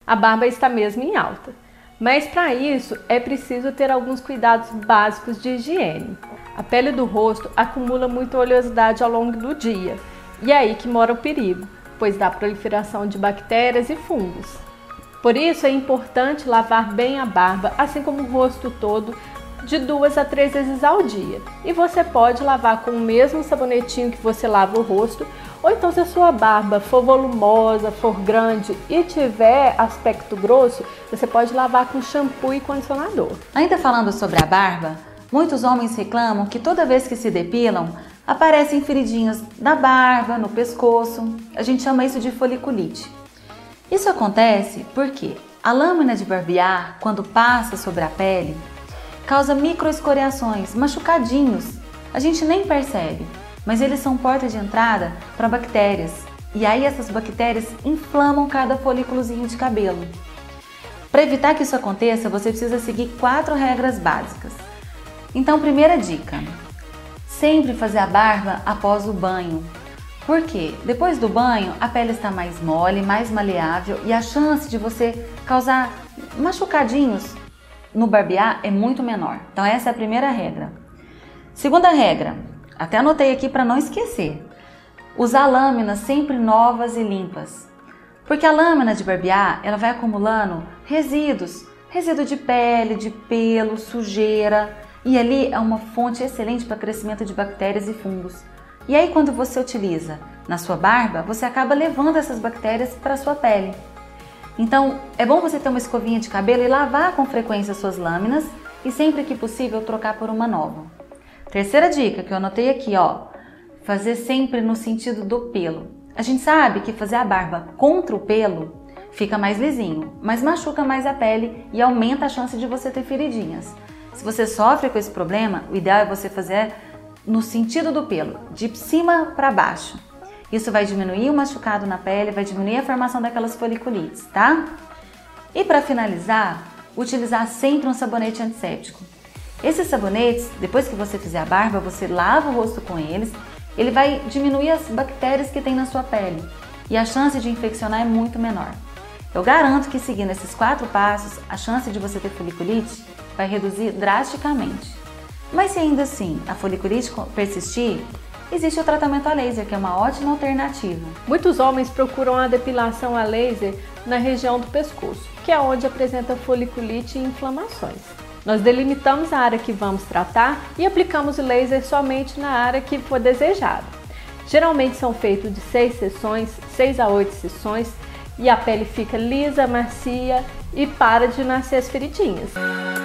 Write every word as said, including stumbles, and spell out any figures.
a barba está mesmo em alta. Mas para isso é preciso ter alguns cuidados básicos de higiene. A pele do rosto acumula muita oleosidade ao longo do dia, e é aí que mora o perigo, pois dá proliferação de bactérias e fungos. Por isso é importante lavar bem a barba, assim como o rosto todo, de duas a três vezes ao dia. E você pode lavar com o mesmo sabonetinho que você lava o rosto, ou então se a sua barba for volumosa, for grande e tiver aspecto grosso, você pode lavar com shampoo e condicionador. Ainda falando sobre a barba, muitos homens reclamam que toda vez que se depilam, aparecem feridinhas na barba, no pescoço. A gente chama isso de foliculite. Isso acontece porque a lâmina de barbear, quando passa sobre a pele, causa microescoriações, machucadinhos. A gente nem percebe, mas eles são porta de entrada para bactérias. E aí essas bactérias inflamam cada folículozinho de cabelo. Para evitar que isso aconteça, você precisa seguir quatro regras básicas. Então, primeira dica: sempre fazer a barba após o banho. Por quê? Depois do banho, a pele está mais mole, mais maleável e a chance de você causar machucadinhos no barbear é muito menor. Então essa é a primeira regra. Segunda regra, até anotei aqui para não esquecer: usar lâminas sempre novas e limpas. Porque a lâmina de barbear, ela vai acumulando resíduos, resíduo de pele, de pelo, sujeira, e ali é uma fonte excelente para crescimento de bactérias e fungos. E aí quando você utiliza na sua barba, você acaba levando essas bactérias para a sua pele. Então, é bom você ter uma escovinha de cabelo e lavar com frequência as suas lâminas e sempre que possível trocar por uma nova. Terceira dica que eu anotei aqui, ó, fazer sempre no sentido do pelo. A gente sabe que fazer a barba contra o pelo fica mais lisinho, mas machuca mais a pele e aumenta a chance de você ter feridinhas. Se você sofre com esse problema, o ideal é você fazer no sentido do pelo, de cima para baixo. Isso vai diminuir o machucado na pele, vai diminuir a formação daquelas foliculites, tá? E para finalizar, utilizar sempre um sabonete antisséptico. Esses sabonetes, depois que você fizer a barba, você lava o rosto com eles, ele vai diminuir as bactérias que tem na sua pele e a chance de infeccionar é muito menor. Eu garanto que seguindo esses quatro passos, a chance de você ter foliculite vai reduzir drasticamente. Mas se ainda assim a foliculite persistir, existe o tratamento a laser, que é uma ótima alternativa. Muitos homens procuram a depilação a laser na região do pescoço, que é onde apresenta foliculite e inflamações. Nós delimitamos a área que vamos tratar e aplicamos o laser somente na área que for desejada. Geralmente são feitos de seis sessões, seis a oito sessões, e a pele fica lisa, macia e para de nascer as feridinhas.